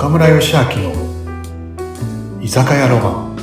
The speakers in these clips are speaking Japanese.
岡村義明の居酒屋ロマン。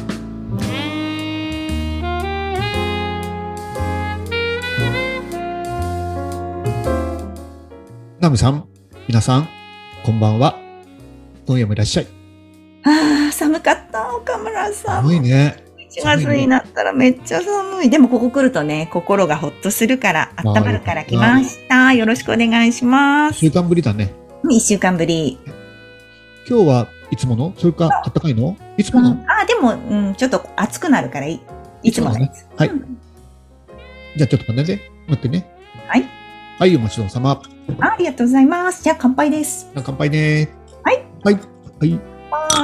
ナムさん、皆さん、こんばんは。今夜もいらっしゃい。 寒かった岡村さん。 寒いね。 1月になったらめっちゃ寒い。でもここ来るとね、心がほっとするから温まるから来ました。よろしくお願いします。 1週間ぶりだね。 1週間ぶり。 今日はいつもの？それか暖かいの？いつもの？ でも、ちょっと暑くなるからいつものやつ。 はい。じゃあちょっと待ってね。 はい。 はい、お待ちどおさま。 ありがとうございます。じゃあ乾杯です。 乾杯ね。 はい。 はい。はい。 はい。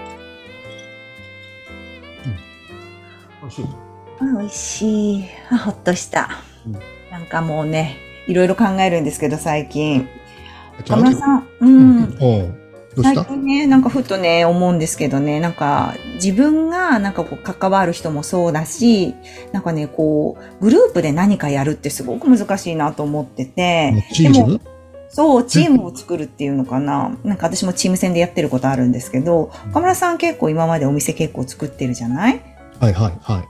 美味しい。ほっとした。なんかもうね、いろいろ考えるんですけど、最近。岡村さん、 どうした？ 最近ね、なんかふとね、思うんですけどね、なんか自分がなんかこう関わる人もそうだし、なんかね、こう、グループで何かやるってすごく難しいなと思ってて。 チーム？ そう、チームを作るっていうのかな。なんか私もチーム戦でやってることあるんですけど、岡村さん結構今までお店結構作ってるじゃない？ はいはいはい。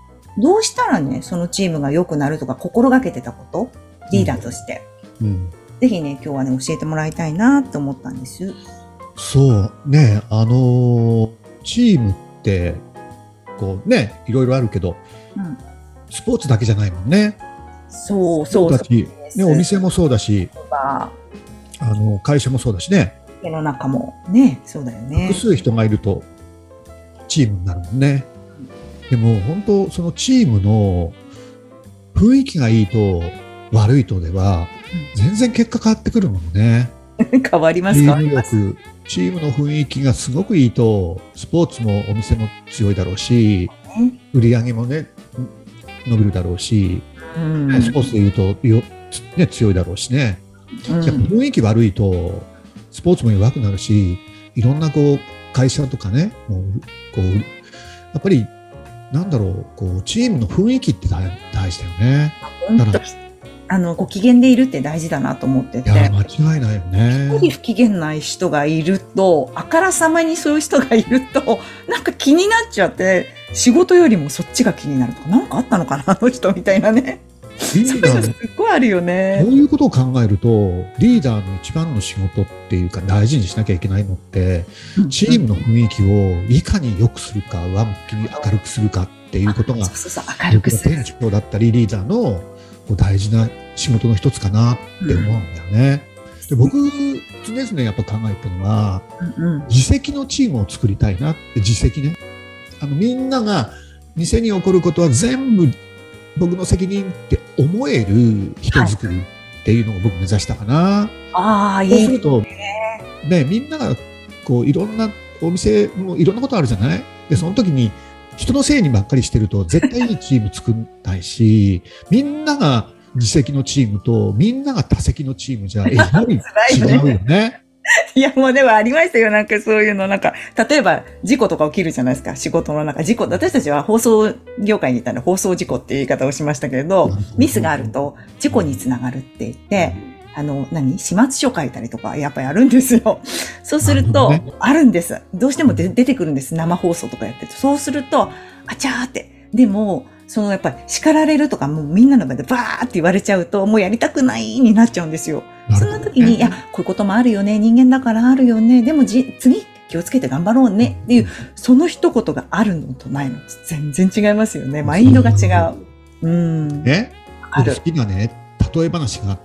どうしたらね、そのチームが良くなるとか心がけてたこと、リーダーとして。ぜひね、今日はね、教えてもらいたいなと思ったんです。 そうね、チームってこうね、いろいろあるけど、スポーツだけじゃないもんね。 そうだし、ね、お店もそうだし、会社もそうだしね。 家の中もね、そうだよね。 複数人がいるとチームになるもんね。でも本当そのチームの雰囲気がいいと悪いとでは全然結果変わってくるもんね。 変わりますか？ チームの雰囲気がすごくいいとスポーツもお店も強いだろうし、売り上げもね伸びるだろうし、スポーツでいうと強いだろうしね。やっぱ雰囲気悪いとスポーツも弱くなるし、いろんなこう会社とかね、もうこうやっぱりなんだろう、こうチームの雰囲気って大事だよね。 ご機嫌でいるって大事だなと思ってて。 いや、間違いないよね。 一人不機嫌ない人がいると、あからさまにそういう人がいると、なんか気になっちゃって、仕事よりもそっちが気になるとか、なんかあったのかな、あの人みたいなね。 リーダーすっごいあるよね。 そういうことを考えると、リーダーの一番の仕事っていうか大事にしなきゃいけないのって、チームの雰囲気をいかに良くするか、上向きに明るくするかっていうことが、 明るくする。 店長だったりリーダーの大事な仕事の一つかなって思うんだよね。で、僕常々やっぱ考えてるのは、自責のチームを作りたいなって。自責ね。みんなが店に起こることは全部僕の責任って思える人作りっていうのを僕目指したかな。そうするとね、みんながこういろんなお店もいろんなことあるじゃない。で、その時に人のせいにばっかりしてると絶対いいチーム作んないし、みんなが自責のチームとみんなが他責のチームじゃやはり違うよね。 いや、もうでもありましたよ。なんかそういうの、なんか、例えば事故とか起きるじゃないですか。仕事の中。事故、私たちは放送業界にいたので放送事故っていう言い方をしましたけれど、ミスがあると事故につながるって言って、始末書書いたりとか、やっぱりあるんですよ。そうすると、あるんです。どうしても出てくるんです。生放送とかやってると。そうすると、あちゃーって。でも、やっぱり叱られるとか、もうみんなの場でバーって言われちゃうと、もうやりたくないになっちゃうんですよ。そんな時に、いや、こういうこともあるよね。人間だからあるよね。でも次気をつけて頑張ろうね。っていう、その一言があるのとないのと全然違いますよね。マインドが違う。 ね。好きなね、例え話があって、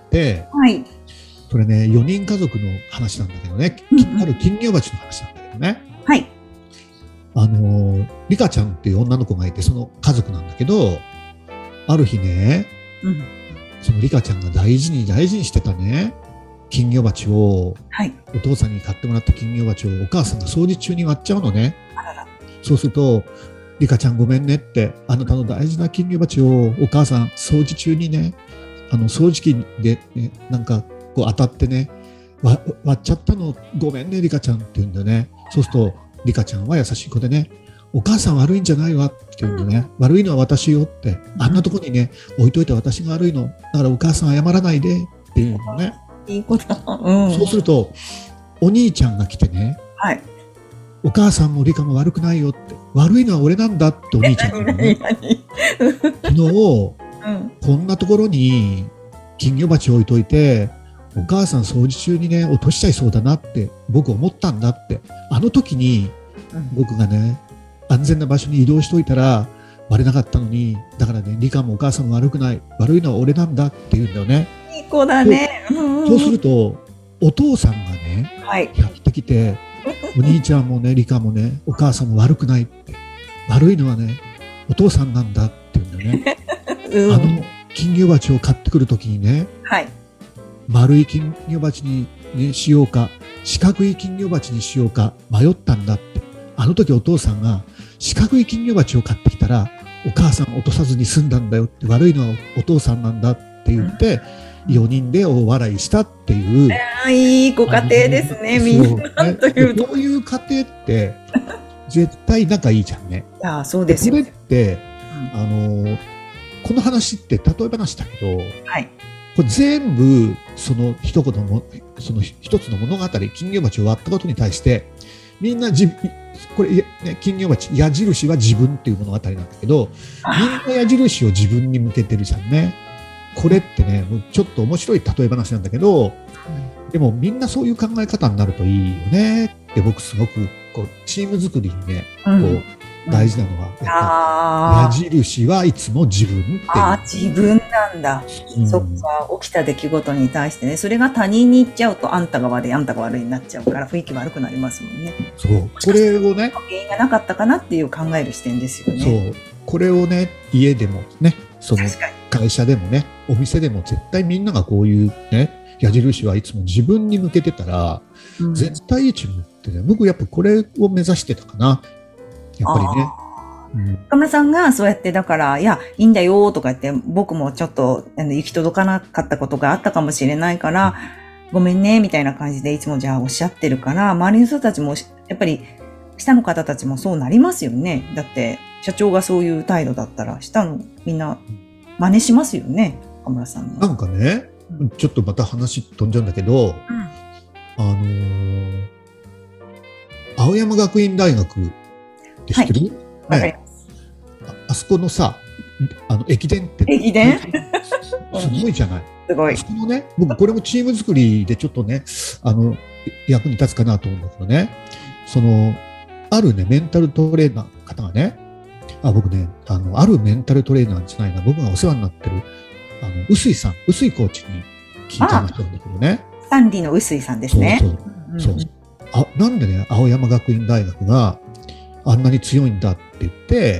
それね、4人家族の話なんだけどね。ある金魚鉢の話なんだけどね。 はい。 リカちゃんっていう女の子がいて、その家族なんだけど、ある日ね、そのリカちゃんが大事にしてたね、金魚鉢を、お父さんに買ってもらった金魚鉢をお母さんが掃除中に割っちゃうのね。そうすると、リカちゃんごめんねって、あなたの大事な金魚鉢をお母さん掃除中にね、掃除機で、ね、なんかこう当たってね、割っちゃったのごめんねリカちゃんって言うんだよね。そうすると、リカちゃんは優しい子でね、お母さん悪いんじゃないわって言うんでね、悪いのは私よって、あんなとこにね、置いといて私が悪いの。だからお母さん謝らないでっていうのね。 いい子だ。 そうすると、お兄ちゃんが来てね、 はい。 お母さんも理科も悪くないよって、悪いのは俺なんだってお兄ちゃんがね、昨日、こんなところに金魚鉢置いといて、お母さん掃除中にね、落としちゃいそうだなって僕思ったんだって、あの時に僕がね、安全な場所に移動しておいたら割れなかったのに、だからね、理科もお母さんも悪くない、悪いのは俺なんだって言うんだよね。 いい子だね。 そうすると、お父さんがね、やってきて、お兄ちゃんもね、理科もね、お母さんも悪くないって、悪いのはね、お父さんなんだって言うんだよね。あの金魚鉢を買ってくるときにね、丸い金魚鉢に、ね、しようか、四角い金魚鉢にしようか迷ったんだって。あの時お父さんが四角い金魚鉢を買ってきたら、お母さん落とさずに済んだんだよって、悪いのはお父さんなんだって言って、4人で大笑いしたっていう。 いいご家庭ですね、みんなというと。 こういう家庭って絶対仲いいじゃんね。 そうですよ。 これって、この話って例え話だけど、これ全部その一つの物語、金魚鉢を割ったことに対してみんなこれ、ね、金魚鉢矢印は自分っていう物語なんだけど、みんな矢印を自分に向けてるじゃんね。これってね、もうちょっと面白い例え話なんだけど、でもみんなそういう考え方になるといいよねって、僕すごくこうチーム作りにね、こう大事なのはやっぱり矢印はいつも自分っていう。 自分なんだ。そっか、起きた出来事に対してね、それが他人に言っちゃうと、あんたが悪いになっちゃうから雰囲気悪くなりますもんね。 そう、これをね、 原因がなかったかなっていう考える視点ですよね。 そう、これをね、家でもね、その会社でもね、お店でも絶対みんながこういうね、矢印はいつも自分に向けてたら、絶対いいチームってね、僕やっぱこれを目指してたかな。やっぱりね。 岡村さんがそうやってだから、いや、いいんだよとか言って、僕もちょっと行き届かなかったことがあったかもしれないから、ごめんね、みたいな感じでいつもじゃあおっしゃってるから、周りの人たちも、やっぱり下の方たちもそうなりますよね。だって、社長がそういう態度だったら、下のみんな真似しますよね、岡村さんの。 なんかね、ちょっとまた話飛んじゃうんだけど、青山学院大学って知ってる？ね、あそこのさ、駅伝って。 駅伝すごいじゃない。 すごい。 あそこのね、僕これもチーム作りでちょっとね、役に立つかなと思うんだけどね、あるね、メンタルトレーナーの方がね、僕ね、あるメンタルトレーナーじゃないな、僕がお世話になってる、臼井コーチに聞いた話なんだけどね。 サンリの臼井さんですね。 そう。なんでね、青山学院大学があんなに強いんだって言って、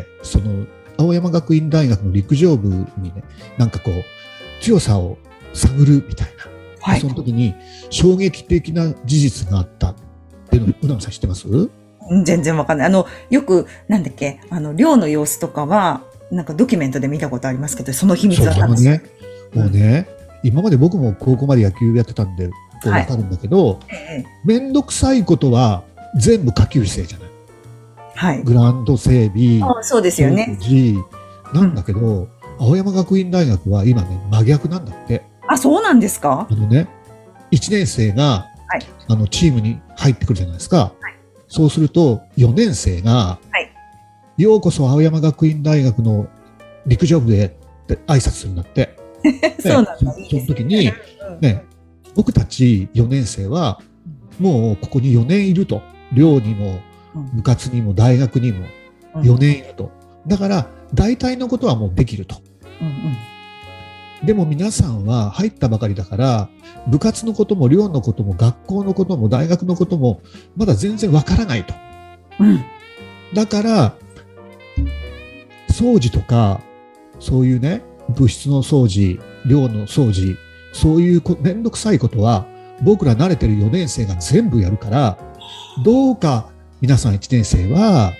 青山学院大学の陸上部にね、なんかこう、強さを探るみたいな。その時に衝撃的な事実があったっていうのを、うなみさん知ってます？ 全然わかんない。よく、なんだっけ、寮の様子とかは、なんかドキュメントで見たことありますけど、その秘密は何ですか？ もうね、今まで僕も高校まで野球やってたんで、わかるんだけど、めんどくさいことは全部下級生じゃない。グラウンド整備、 そうですよね。 なんだけど、青山学院大学は今ね、真逆なんだって。 そうなんですか ？1年生が、チームに入ってくるじゃないですか。そうすると、4年生が、ようこそ青山学院大学の陸上部へって挨拶するんだって。 そうなんだ。その時に、ね、僕たち4年生は、もうここに4年いると。寮にも、部活にも大学にも4年いると。だから、大体のことはもうできると。でも皆さんは入ったばかりだから、部活のことも寮のことも学校のことも大学のこともまだ全然わからないと。だから、掃除とか、そういうね、部室の掃除、寮の掃除、そういうめんどくさいことは、僕ら慣れてる4年生が全部やるから、どうか皆さん1年生は、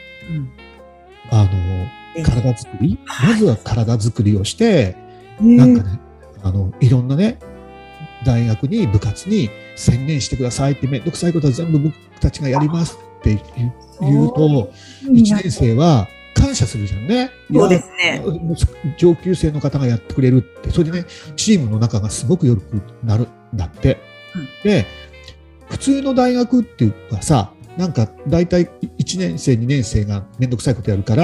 体作り、まずは体作りをして、なんかね、いろんなね、大学に部活に専念してくださいって、めんどくさいことは全部僕たちがやりますって言うと、1年生は感謝するじゃんね。 そうですね。 上級生の方がやってくれるって、それでね、チームの中がすごく良くなるんだって。で、普通の大学っていうかさ、 なんか大体1年生、2年生がめんどくさいことやるから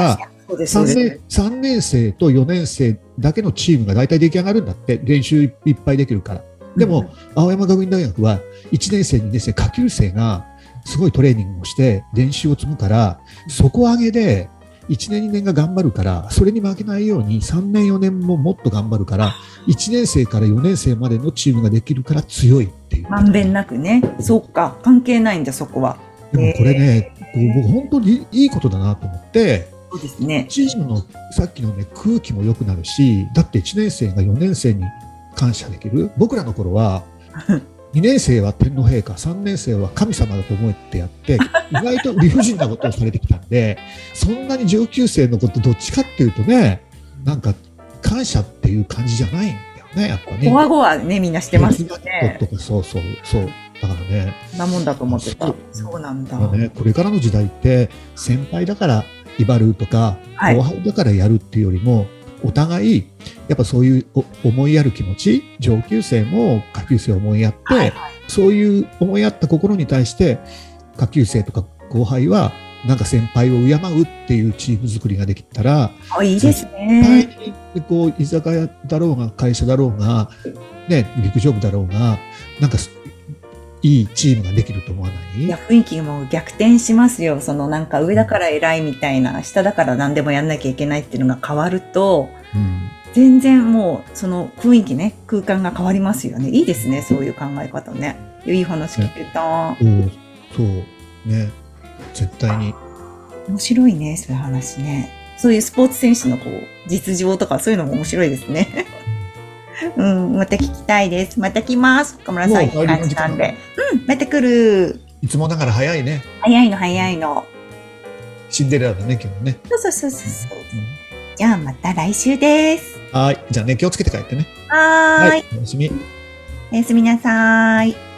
、3年生と4年生だけのチームが大体出来上がるんだって、練習いっぱいできるから。でも、青山学院大学は1年生、2年生、下級生がすごいトレーニングをして練習を積むから、底上げで1年、2年が頑張るから、それに負けないように3年、4年ももっと頑張るから、1年生から4年生までのチームができるから強いっていう。 まんべんなくね。そうか。関係ないんだ、そこは。 でもこれね、僕本当にいいことだなと思って、 そうですね。 チームのさっきのね、空気も良くなるし、だって1年生が4年生に感謝できる。僕らの頃は、2年生は天皇陛下、3年生は神様だと思ってやって、意外と理不尽なことをされてきたんで、そんなに上級生のことどっちかっていうとね、なんか感謝っていう感じじゃないんだよね、やっぱね。 ごわごわね、みんなしてますよね。 とかそう。だからね。 なもんだと思ってた。そうなんだ。 ね、これからの時代って、先輩だから威張るとか、後輩だからやるっていうよりも、お互い、やっぱそういう思いやる気持ち、上級生も下級生を思いやって、そういう思いやった心に対して、下級生とか後輩は、なんか先輩を敬うっていうチーム作りができたら、 いいですね。 絶対にこう居酒屋だろうが、会社だろうが、ね、陸上部だろうが、なんかいいチームができると思わない？ いや、雰囲気も逆転しますよ。そのなんか上だから偉いみたいな、下だから何でもやんなきゃいけないっていうのが変わると、全然もうその雰囲気ね、空間が変わりますよね。いいですね、そういう考え方ね。いい話聞けた。 そうね、絶対に。 面白いね、そういう話ね。そういうスポーツ選手のこう実情とかそういうのも面白いですね。また聞きたいです。また来ます。岡村さん、いい感じなんで。また来る。 いつもながら早いね。 早いの。 シンデレラだね、今日ね。 そう。じゃあまた来週です。 はい。じゃあね、気をつけて帰ってね。 はい。 おやすみ。 おやすみなさい。